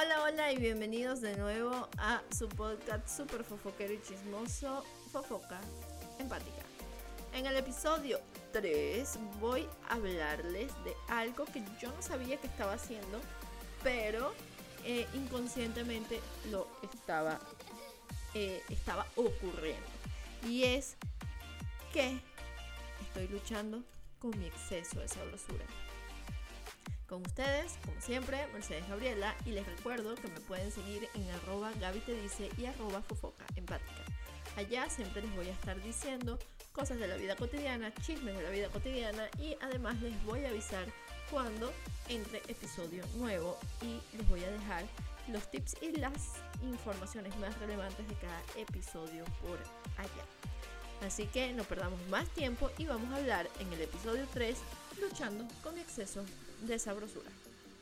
Hola y bienvenidos de nuevo a su podcast super fofoquero y chismoso, Fofoca Empática. En el episodio 3 voy a hablarles de algo que yo no sabía que estaba haciendo, pero inconscientemente lo estaba ocurriendo. Y es que estoy luchando con mi exceso de sabrosura. Con ustedes, como siempre, Mercedes Gabriela, y les recuerdo que me pueden seguir en @gabitedice y @fofocaempática. Allá siempre les voy a estar diciendo cosas de la vida cotidiana, chismes de la vida cotidiana, y además les voy a avisar cuando entre episodio nuevo y les voy a dejar los tips y las informaciones más relevantes de cada episodio por allá. Así que no perdamos más tiempo y vamos a hablar en el episodio 3, luchando con exceso de sabrosura.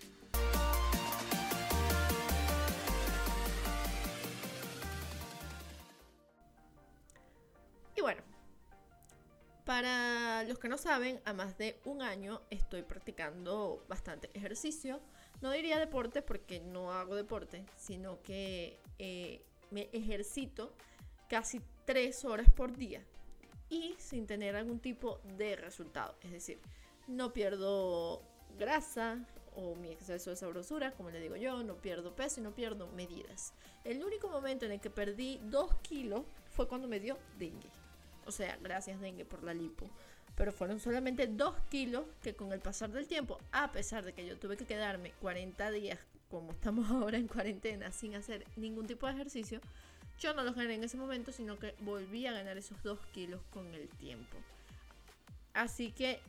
Y bueno, para los que no saben, a más de un año estoy practicando bastante ejercicio. No diría deporte porque no hago deporte, sino que me ejercito casi 3 horas por día y sin tener algún tipo de resultado. Es decir, no pierdo grasa o mi exceso de sabrosura, como le digo yo, no pierdo peso y no pierdo medidas. El único momento en el que perdí 2 kilos fue cuando me dio dengue. O sea, gracias dengue por la lipo. Pero fueron solamente 2 kilos que con el pasar del tiempo, a pesar de que yo tuve que quedarme 40 días, como estamos ahora en cuarentena, sin hacer ningún tipo de ejercicio, yo no los gané en ese momento, sino que volví a ganar esos 2 kilos con el tiempo. Así que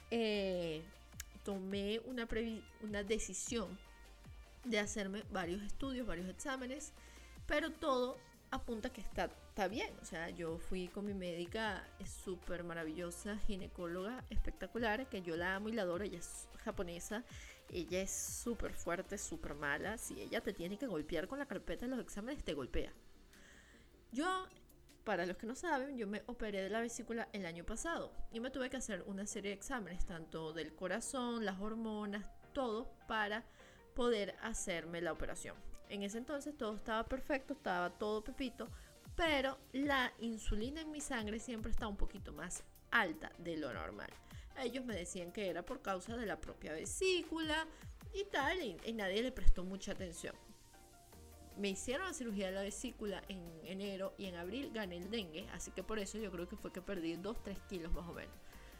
tomé una decisión de hacerme varios estudios, varios exámenes, pero todo apunta que está bien. O sea, yo fui con mi médica, es súper maravillosa, ginecóloga espectacular, que yo la amo y la adoro. Ella es japonesa, ella es súper fuerte, súper mala. Si ella te tiene que golpear con la carpeta de los exámenes, te golpea. Yo, para los que no saben, yo me operé de la vesícula el año pasado y me tuve que hacer una serie de exámenes, tanto del corazón, las hormonas, todo para poder hacerme la operación. En ese entonces todo estaba perfecto, estaba todo pepito, pero la insulina en mi sangre siempre está un poquito más alta de lo normal. Ellos me decían que era por causa de la propia vesícula y tal, y nadie le prestó mucha atención. Me hicieron la cirugía de la vesícula en enero y en abril gané el dengue, así que por eso yo creo que fue que perdí 2-3 kilos más o menos.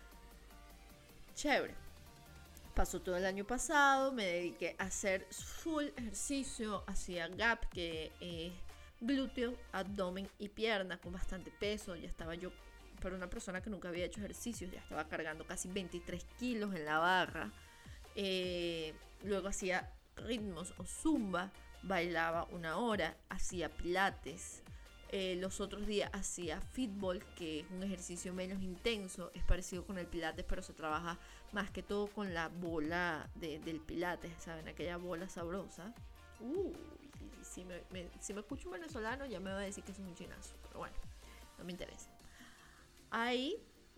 Chévere. Pasó todo el año pasado, me dediqué a hacer full ejercicio, hacía gap, que es glúteo, abdomen y pierna con bastante peso. Ya estaba yo, para una persona que nunca había hecho ejercicios, ya estaba cargando casi 23 kilos en la barra. Luego hacía ritmos o zumba, bailaba 1 hora, hacía pilates. Los otros días hacía fitball, que es un ejercicio menos intenso, es parecido con el pilates, pero se trabaja más que todo con la bola del pilates, ¿saben? Aquella bola sabrosa. Si me escucho un venezolano ya me va a decir que es un chinazo, pero bueno, no me interesa. Ahí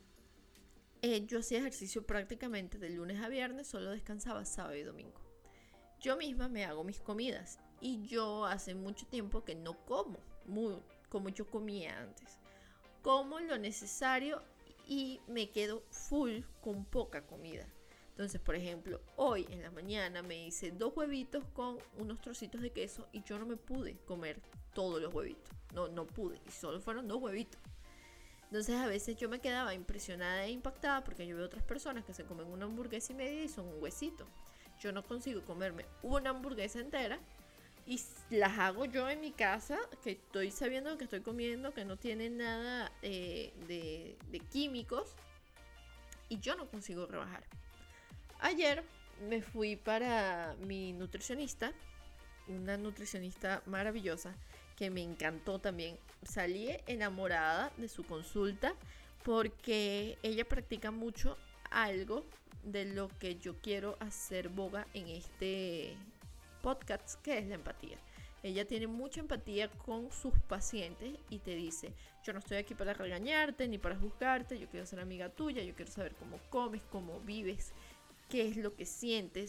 yo hacía ejercicio prácticamente de lunes a viernes, solo descansaba sábado y domingo. Yo misma me hago mis comidas y yo hace mucho tiempo que no como como yo comía antes. Como lo necesario y me quedo full con poca comida. Entonces, por ejemplo, hoy en la mañana me hice 2 huevitos con unos trocitos de queso y yo no me pude comer todos los huevitos. No pude, y solo fueron 2 huevitos. Entonces a veces yo me quedaba impresionada e impactada porque yo veo otras personas que se comen una hamburguesa y media y son un huesito. Yo no consigo comerme una hamburguesa entera y las hago yo en mi casa, que estoy sabiendo que estoy comiendo, que no tiene nada de químicos, y yo no consigo rebajar. Ayer me fui para mi nutricionista, una nutricionista maravillosa que me encantó también. Salí enamorada de su consulta porque ella practica mucho algo de lo que yo quiero hacer boga en este podcast, que es la empatía. Ella tiene mucha empatía con sus pacientes y te dice: yo no estoy aquí para regañarte ni para juzgarte, yo quiero ser amiga tuya, yo quiero saber cómo comes, cómo vives, qué es lo que sientes,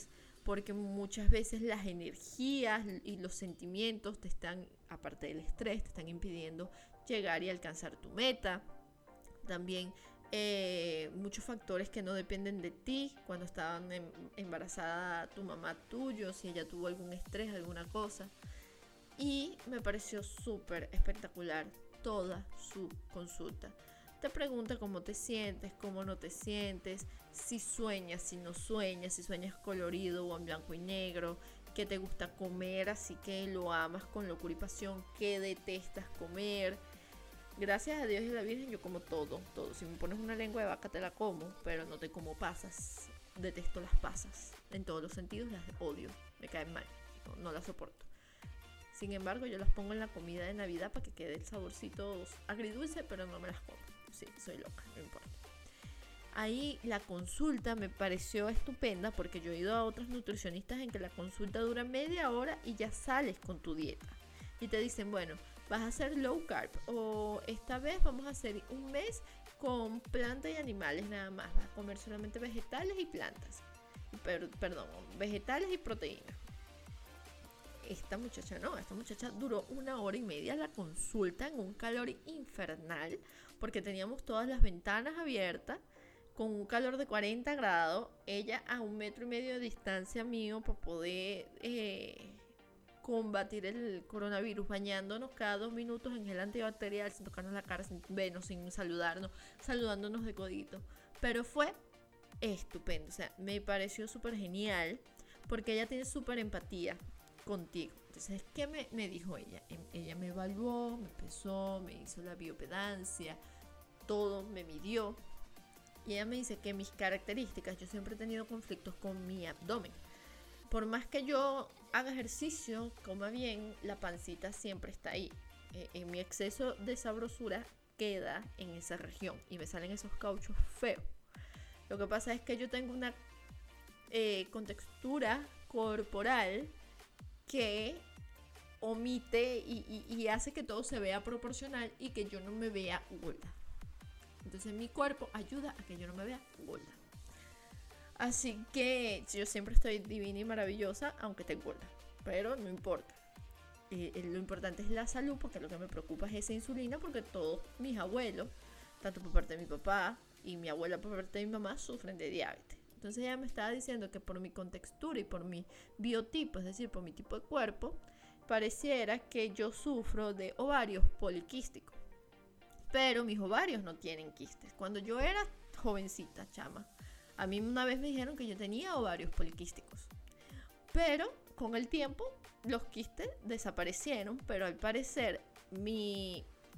porque muchas veces las energías y los sentimientos te están, aparte del estrés, te están impidiendo llegar y alcanzar tu meta. También muchos factores que no dependen de ti. Cuando estaban embarazada tu mamá tuyo, si ella tuvo algún estrés, alguna cosa. Y me pareció súper espectacular toda su consulta. Te pregunta cómo te sientes, cómo no te sientes, si sueñas, si no sueñas, si sueñas colorido o en blanco y negro, qué te gusta comer, así que lo amas con locura y pasión, qué detestas comer. Gracias a Dios y a la Virgen yo como todo. Si me pones una lengua de vaca te la como, pero no te como pasas. Detesto las pasas, en todos los sentidos las odio, me caen mal, no las soporto. Sin embargo, yo las pongo en la comida de Navidad para que quede el saborcito agridulce, pero no me las como. Sí, soy loca, no importa. Ahí la consulta me pareció estupenda porque yo he ido a otros nutricionistas en que la consulta dura media hora y ya sales con tu dieta. Y te dicen, bueno, vas a hacer low carb o esta vez vamos a hacer un mes con plantas y animales nada más. Vas a comer solamente vegetales y plantas. Perdón, vegetales y proteínas. Esta muchacha duró 1 hora y media la consulta en un calor infernal porque teníamos todas las ventanas abiertas con un calor de 40 grados, ella a 1,5 metros de distancia mío para poder combatir el coronavirus, bañándonos cada 2 minutos en gel antibacterial, sin tocarnos la cara, sin vernos, sin saludarnos, saludándonos de codito. Pero fue estupendo, o sea, me pareció súper genial porque ella tiene súper empatía contigo. Entonces, ¿qué me dijo ella? Ella me evaluó, me pesó, me hizo la bioimpedancia, todo, me midió. Y ella me dice que mis características, yo siempre he tenido conflictos con mi abdomen. Por más que yo haga ejercicio, coma bien, la pancita siempre está ahí. En mi exceso de sabrosura queda en esa región y me salen esos cauchos feos. Lo que pasa es que yo tengo una contextura corporal que omite y hace que todo se vea proporcional y que yo no me vea gorda. Entonces mi cuerpo ayuda a que yo no me vea gorda. Así que yo siempre estoy divina y maravillosa, aunque esté gorda. Pero no importa. Lo importante es la salud, porque lo que me preocupa es esa insulina, porque todos mis abuelos, tanto por parte de mi papá y mi abuela por parte de mi mamá, sufren de diabetes. Entonces ella me estaba diciendo que por mi contextura y por mi biotipo, es decir, por mi tipo de cuerpo, pareciera que yo sufro de ovarios poliquísticos. Pero mis ovarios no tienen quistes. Cuando yo era jovencita, chama, a mí una vez me dijeron que yo tenía ovarios poliquísticos. Pero con el tiempo los quistes desaparecieron, pero al parecer mi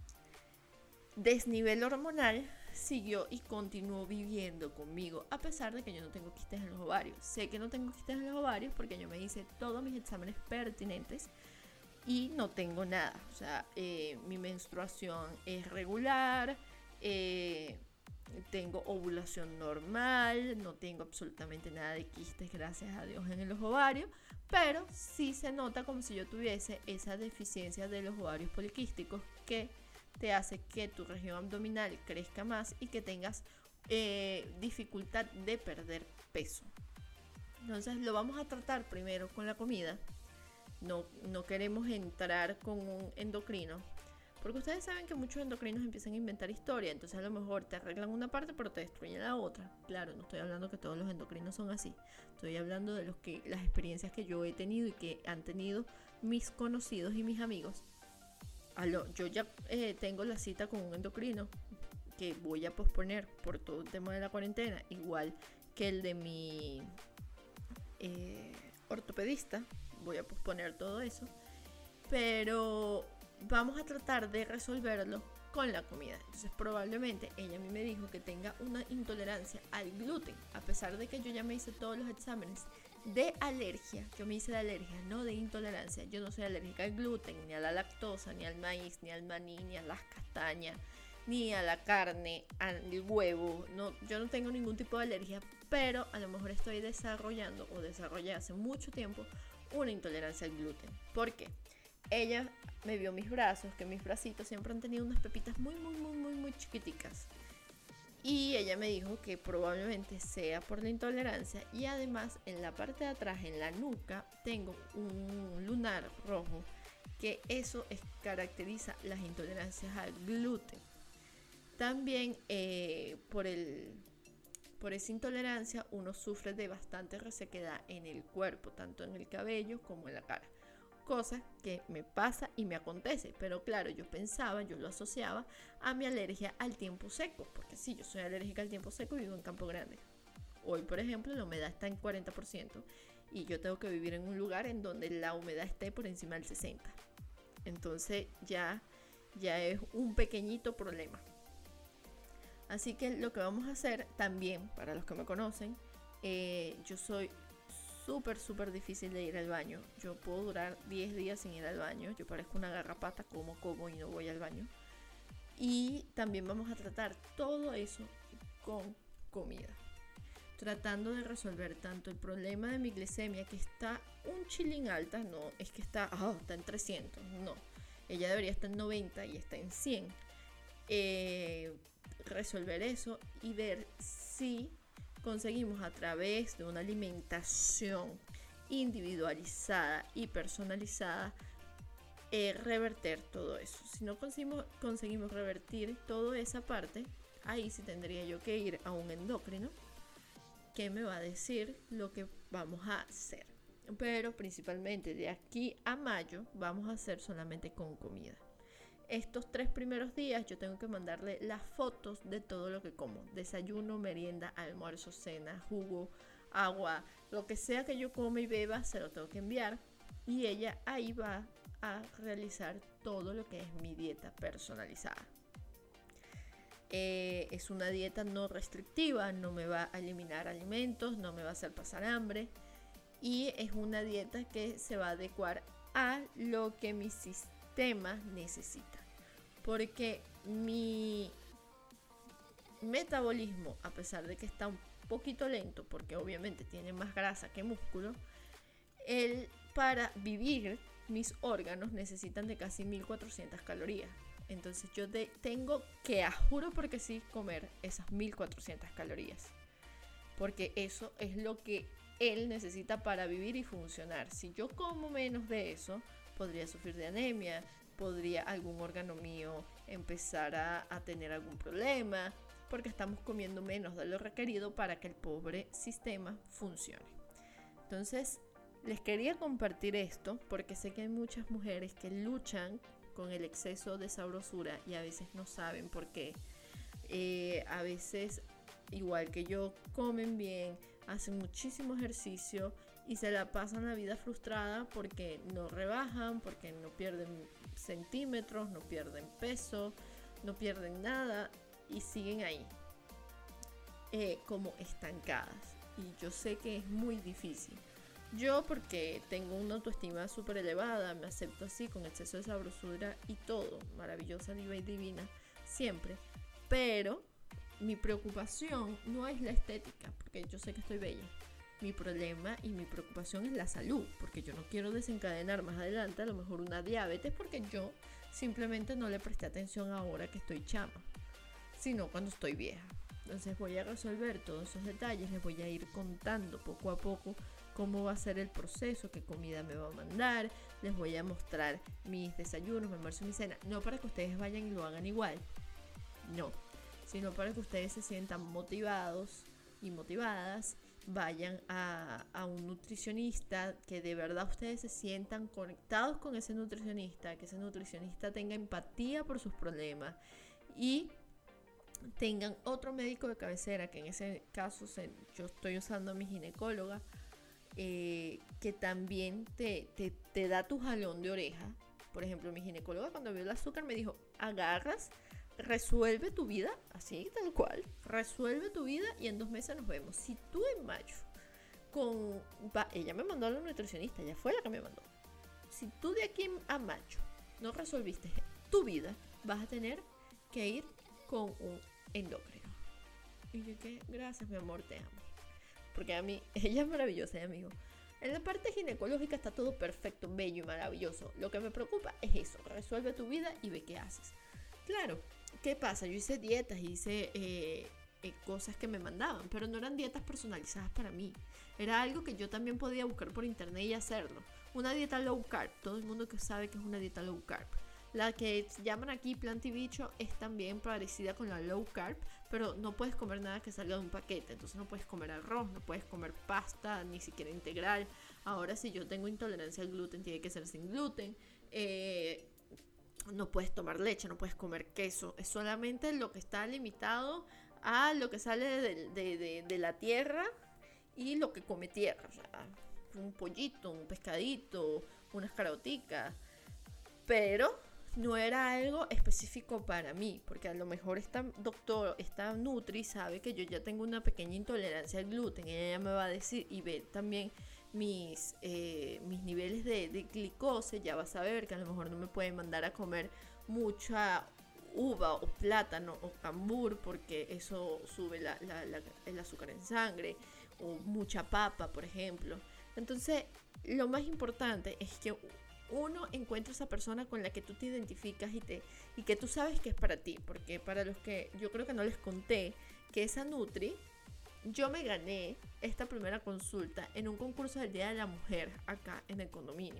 desnivel hormonal siguió y continuó viviendo conmigo, a pesar de que yo no tengo quistes en los ovarios. Sé que no tengo quistes en los ovarios porque yo me hice todos mis exámenes pertinentes y no tengo nada. O sea, mi menstruación es regular, tengo ovulación normal, no tengo absolutamente nada de quistes, gracias a Dios, en los ovarios, pero sí se nota como si yo tuviese esa deficiencia de los ovarios poliquísticos que te hace que tu región abdominal crezca más y que tengas dificultad de perder peso. Entonces lo vamos a tratar primero con la comida. No queremos entrar con un endocrino, porque ustedes saben que muchos endocrinos empiezan a inventar historia. Entonces a lo mejor te arreglan una parte pero te destruyen la otra. Claro, no estoy hablando que todos los endocrinos son así. Estoy hablando de las experiencias que yo he tenido y que han tenido mis conocidos y mis amigos. Yo ya tengo la cita con un endocrino que voy a posponer por todo el tema de la cuarentena, igual que el de mi ortopedista. Voy a posponer todo eso, pero vamos a tratar de resolverlo con la comida. Entonces probablemente ella a mí me dijo que tenga una intolerancia al gluten, a pesar de que yo ya me hice todos los exámenes de alergia. Yo me hice de alergia, no de intolerancia. Yo no soy alérgica al gluten, ni a la lactosa, ni al maíz, ni al maní, ni a las castañas, ni a la carne, al huevo. No, yo no tengo ningún tipo de alergia, pero a lo mejor estoy desarrollando o desarrollé hace mucho tiempo una intolerancia al gluten. ¿Por qué? Ella me vio mis brazos, que mis bracitos siempre han tenido unas pepitas muy chiquiticas. Y ella me dijo que probablemente sea por la intolerancia, y además en la parte de atrás, en la nuca, tengo un lunar rojo, que eso caracteriza las intolerancias al gluten. También por esa intolerancia uno sufre de bastante resequedad en el cuerpo, tanto en el cabello como en la cara. Cosa que me pasa y me acontece, pero claro, yo lo asociaba a mi alergia al tiempo seco, porque sí, yo soy alérgica al tiempo seco y vivo en Campo Grande. Hoy, por ejemplo, la humedad está en 40% y yo tengo que vivir en un lugar en donde la humedad esté por encima del 60%. Entonces ya es un pequeñito problema. Así que lo que vamos a hacer también, para los que me conocen, yo soy súper difícil de ir al baño. Yo puedo durar 10 días sin ir al baño. Yo parezco una garrapata, como y no voy al baño. Y también vamos a tratar todo eso con comida, tratando de resolver tanto el problema de mi glicemia, que está un chilín alta. No es que está en 300, no, ella debería estar en 90 y está en 100. Resolver eso y ver si conseguimos, a través de una alimentación individualizada y personalizada, reverter todo eso. Si no conseguimos revertir toda esa parte, ahí sí tendría yo que ir a un endocrino que me va a decir lo que vamos a hacer. Pero principalmente de aquí a mayo vamos a hacer solamente con comida. Estos 3 primeros días yo tengo que mandarle las fotos de todo lo que como: desayuno, merienda, almuerzo, cena, jugo, agua, lo que sea que yo coma y beba, se lo tengo que enviar, y ella ahí va a realizar todo lo que es mi dieta personalizada. Es una dieta no restrictiva, no me va a eliminar alimentos, no me va a hacer pasar hambre, y es una dieta que se va a adecuar a lo que mi sistema necesita, porque mi metabolismo, a pesar de que está un poquito lento, porque obviamente tiene más grasa que músculo, para vivir, mis órganos necesitan de casi 1400 calorías. Entonces yo tengo que, a juro porque sí, comer esas 1400 calorías, porque eso es lo que él necesita para vivir y funcionar. Si yo como menos de eso, podría sufrir de anemia, podría algún órgano mío empezar a tener algún problema, porque estamos comiendo menos de lo requerido para que el pobre sistema funcione. Entonces, les quería compartir esto porque sé que hay muchas mujeres que luchan con el exceso de sabrosura y a veces no saben por qué. A veces, igual que yo, comen bien, hacen muchísimo ejercicio y se la pasan la vida frustrada porque no rebajan, porque no pierden centímetros, no pierden peso, no pierden nada y siguen ahí como estancadas. Y yo sé que es muy difícil. Yo, porque tengo una autoestima súper elevada, me acepto así, con exceso de sabrosura y todo, maravillosa, diva y divina, siempre. Pero mi preocupación no es la estética, porque yo sé que estoy bella. Mi problema y mi preocupación es la salud, porque yo no quiero desencadenar más adelante a lo mejor una diabetes, porque yo simplemente no le presté atención ahora que estoy chama, sino cuando estoy vieja. Entonces voy a resolver todos esos detalles, les voy a ir contando poco a poco cómo va a ser el proceso, qué comida me va a mandar, les voy a mostrar mis desayunos, mi almuerzo y mi cena, no para que ustedes vayan y lo hagan igual, no, sino para que ustedes se sientan motivados y motivadas, vayan a un nutricionista, que de verdad ustedes se sientan conectados con ese nutricionista, que ese nutricionista tenga empatía por sus problemas y tengan otro médico de cabecera, que en ese caso yo estoy usando a mi ginecóloga, que también te da tu jalón de oreja. Por ejemplo, mi ginecóloga, cuando vio el azúcar, me dijo: agarras, resuelve tu vida, así tal cual, resuelve tu vida y en 2 meses nos vemos. Si tú en mayo ella me mandó a la nutricionista, ella fue la que me mandó. Si tú de aquí a mayo no resolviste tu vida, vas a tener que ir con un endocrino. Y yo, que gracias, mi amor, te amo. Porque a mí, ella es maravillosa, amigo. En la parte ginecológica está todo perfecto, bello y maravilloso. Lo que me preocupa es eso: resuelve tu vida y ve qué haces. Claro, ¿qué pasa? Yo hice dietas, hice cosas que me mandaban, pero no eran dietas personalizadas para mí. Era algo que yo también podía buscar por internet y hacerlo. Una dieta low carb, todo el mundo que sabe que es una dieta low carb. La que llaman aquí planta y bicho es también parecida con la low carb, pero no puedes comer nada que salga de un paquete. Entonces no puedes comer arroz, no puedes comer pasta, ni siquiera integral. Ahora si yo tengo intolerancia al gluten, tiene que ser sin gluten. No puedes tomar leche, no puedes comer queso. Es solamente lo que está limitado a lo que sale de la tierra y lo que come tierra. O sea, un pollito, un pescadito, unas caroticas. Pero no era algo específico para mí, porque a lo mejor esta Nutri sabe que yo ya tengo una pequeña intolerancia al gluten, y ella me va a decir, y ve también mis niveles de glucosa, ya va a saber que a lo mejor no me puede mandar a comer mucha uva o plátano o cambur, porque eso sube el azúcar en sangre, o mucha papa, por ejemplo. Entonces, lo más importante es que uno encuentra esa persona con la que tú te identificas y que tú sabes que es para ti, porque para los que yo creo que no les conté, que esa Nutri, yo me gané esta primera consulta en un concurso del Día de la Mujer acá en el condominio.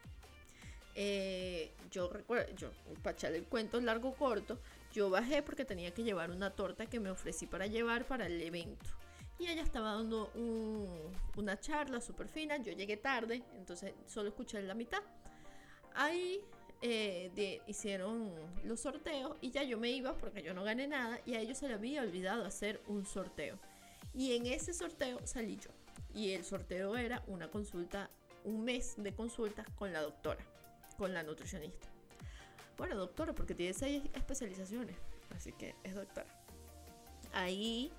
Yo recuerdo, para echar el cuento largo corto, yo bajé porque tenía que llevar una torta que me ofrecí para llevar para el evento. Y ella estaba dando una charla súper fina. Yo llegué tarde, entonces solo escuché la mitad. Ahí hicieron los sorteos y ya yo me iba porque yo no gané nada y a ellos se les había olvidado hacer un sorteo. Y en ese sorteo salí yo. Y el sorteo era una consulta, un mes de consultas con la doctora, con la nutricionista. Bueno, doctora, porque tiene 6 especializaciones, así que es doctora. Ahí,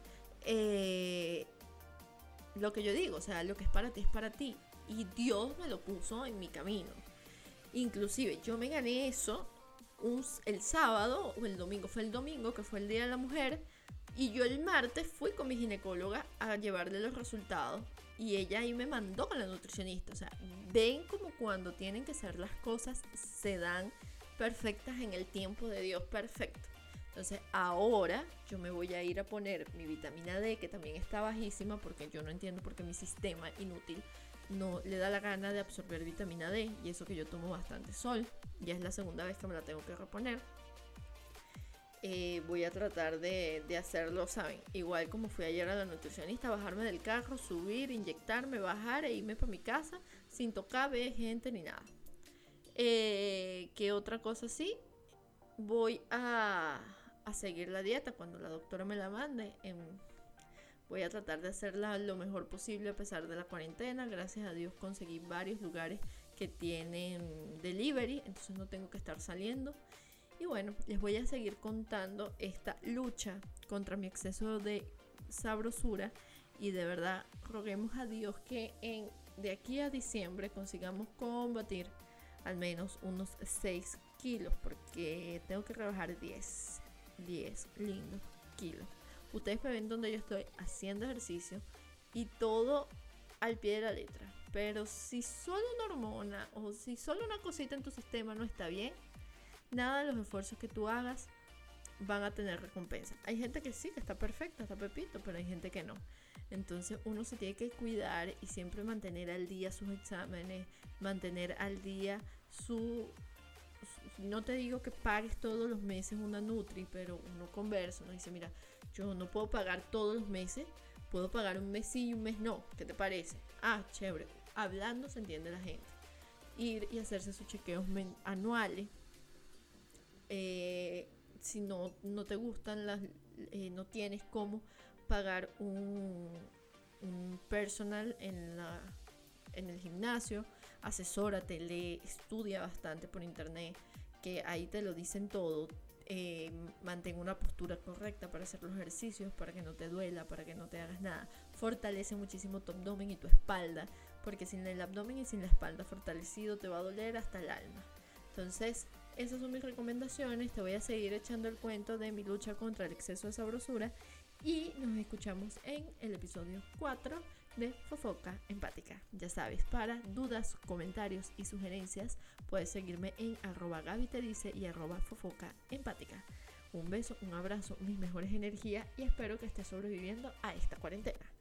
lo que yo digo, o sea, lo que es para ti es para ti. Y Dios me lo puso en mi camino. Inclusive, yo me gané eso el sábado o el domingo. Fue el domingo, que fue el Día de la Mujer. Y yo el martes fui con mi ginecóloga a llevarle los resultados. Y ella ahí me mandó con la nutricionista. O sea, ven como cuando tienen que ser las cosas, se dan perfectas en el tiempo de Dios perfecto. Entonces ahora yo me voy a ir a poner mi vitamina D, que también está bajísima, porque yo no entiendo por qué mi sistema inútil no le da la gana de absorber vitamina D, y eso que yo tomo bastante sol. Ya es la segunda vez que me la tengo que reponer. Voy a tratar de hacerlo, ¿saben? Igual como fui ayer a la nutricionista, bajarme del carro, subir, inyectarme, bajar e irme para mi casa sin tocar, ver gente ni nada. ¿Qué otra cosa? Sí, voy a seguir la dieta cuando la doctora me la mande. Voy a tratar de hacerla lo mejor posible a pesar de la cuarentena. Gracias a Dios conseguí varios lugares que tienen delivery, entonces no tengo que estar saliendo. Y bueno, les voy a seguir contando esta lucha contra mi exceso de sabrosura. Y de verdad, roguemos a Dios que de aquí a diciembre consigamos combatir al menos unos 6 kilos, porque tengo que rebajar 10 lindos kilos. Ustedes me ven donde yo estoy haciendo ejercicio y todo al pie de la letra. Pero si solo una hormona o si solo una cosita en tu sistema no está bien, nada de los esfuerzos que tú hagas van a tener recompensa. Hay gente que sí, que está perfecta, está pepito, pero hay gente que no. Entonces uno se tiene que cuidar y siempre mantener al día sus exámenes, mantener al día no te digo que pagues todos los meses una Nutri, pero uno conversa, uno dice, mira, yo no puedo pagar todos los meses, puedo pagar un mes sí y un mes no. ¿Qué te parece? Ah, chévere. Hablando se entiende la gente. Ir y hacerse sus chequeos anuales. Si no te gustan no tienes cómo pagar un personal en el gimnasio, asesórate, lee, estudia bastante por internet, que ahí te lo dicen todo. Mantén una postura correcta para hacer los ejercicios, para que no te duela, para que no te hagas nada. Fortalece muchísimo tu abdomen y tu espalda, porque sin el abdomen y sin la espalda fortalecido te va a doler hasta el alma. Entonces, esas son mis recomendaciones. Te voy a seguir echando el cuento de mi lucha contra el exceso de sabrosura y nos escuchamos en el episodio 4, de Fofoca Empática. Ya sabes, para dudas, comentarios y sugerencias puedes seguirme en @gabyterice y @fofoca empática. Un beso, un abrazo, mis mejores energías y espero que estés sobreviviendo a esta cuarentena.